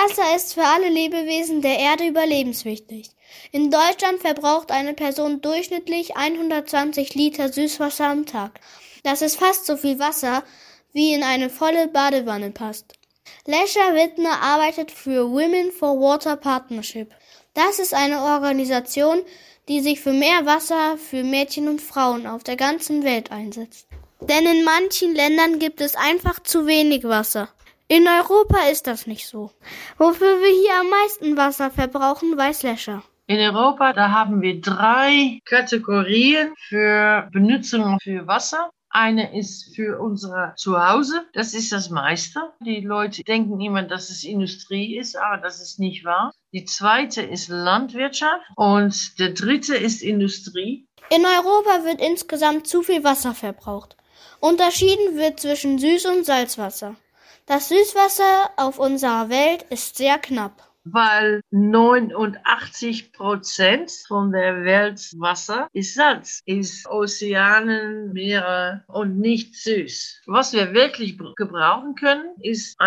Wasser ist für alle Lebewesen der Erde überlebenswichtig. In Deutschland verbraucht eine Person durchschnittlich 120 Liter Süßwasser am Tag. Das ist fast so viel Wasser, wie in eine volle Badewanne passt. Lescha Wittmer arbeitet für Women for Water Partnership. Das ist eine Organisation, die sich für mehr Wasser für Mädchen und Frauen auf der ganzen Welt einsetzt. Denn in manchen Ländern gibt es einfach zu wenig Wasser. In Europa ist das nicht so. Wofür wir hier am meisten Wasser verbrauchen, weiß Lescha. In Europa, da haben wir 3 Kategorien für Benutzung für Wasser. Eine ist für unser Zuhause, das ist das meiste. Die Leute denken immer, dass es Industrie ist, aber das ist nicht wahr. Die zweite ist Landwirtschaft und der dritte ist Industrie. In Europa wird insgesamt zu viel Wasser verbraucht. Unterschieden wird zwischen Süß- und Salzwasser. Das Süßwasser auf unserer Welt ist sehr knapp. Weil 89% von der Weltwasser ist Salz, ist Ozeanen, Meere und nicht süß. Was wir wirklich gebrauchen können, ist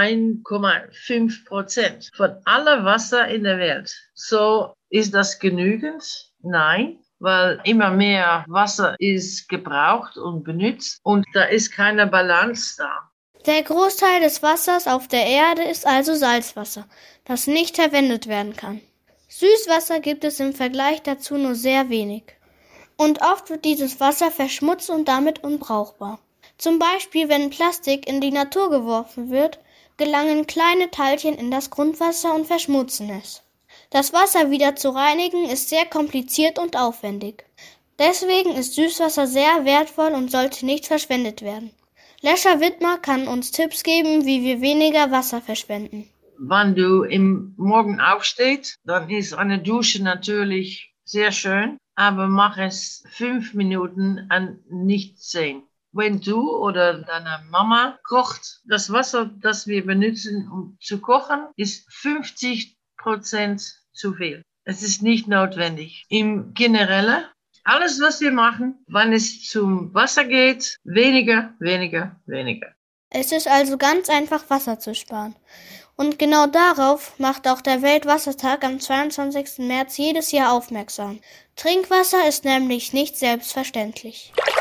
1,5% von aller Wasser in der Welt. So, ist das genügend? Nein. Weil immer mehr Wasser ist gebraucht und benutzt und da ist keine Balance da. Der Großteil des Wassers auf der Erde ist also Salzwasser, das nicht verwendet werden kann. Süßwasser gibt es im Vergleich dazu nur sehr wenig. Und oft wird dieses Wasser verschmutzt und damit unbrauchbar. Zum Beispiel, wenn Plastik in die Natur geworfen wird, gelangen kleine Teilchen in das Grundwasser und verschmutzen es. Das Wasser wieder zu reinigen ist sehr kompliziert und aufwendig. Deswegen ist Süßwasser sehr wertvoll und sollte nicht verschwendet werden. Lescha Wittmer kann uns Tipps geben, wie wir weniger Wasser verschwenden. Wenn du im Morgen aufstehst, dann ist eine Dusche natürlich sehr schön, aber mach es 5 Minuten und nicht 10. Wenn du oder deine Mama kocht, das Wasser, das wir benutzen, um zu kochen, ist 50% zu viel. Es ist nicht notwendig. Im Generellen, alles, was wir machen, wenn es zum Wasser geht, weniger. Es ist also ganz einfach, Wasser zu sparen. Und genau darauf macht auch der Weltwassertag am 22. März jedes Jahr aufmerksam. Trinkwasser ist nämlich nicht selbstverständlich.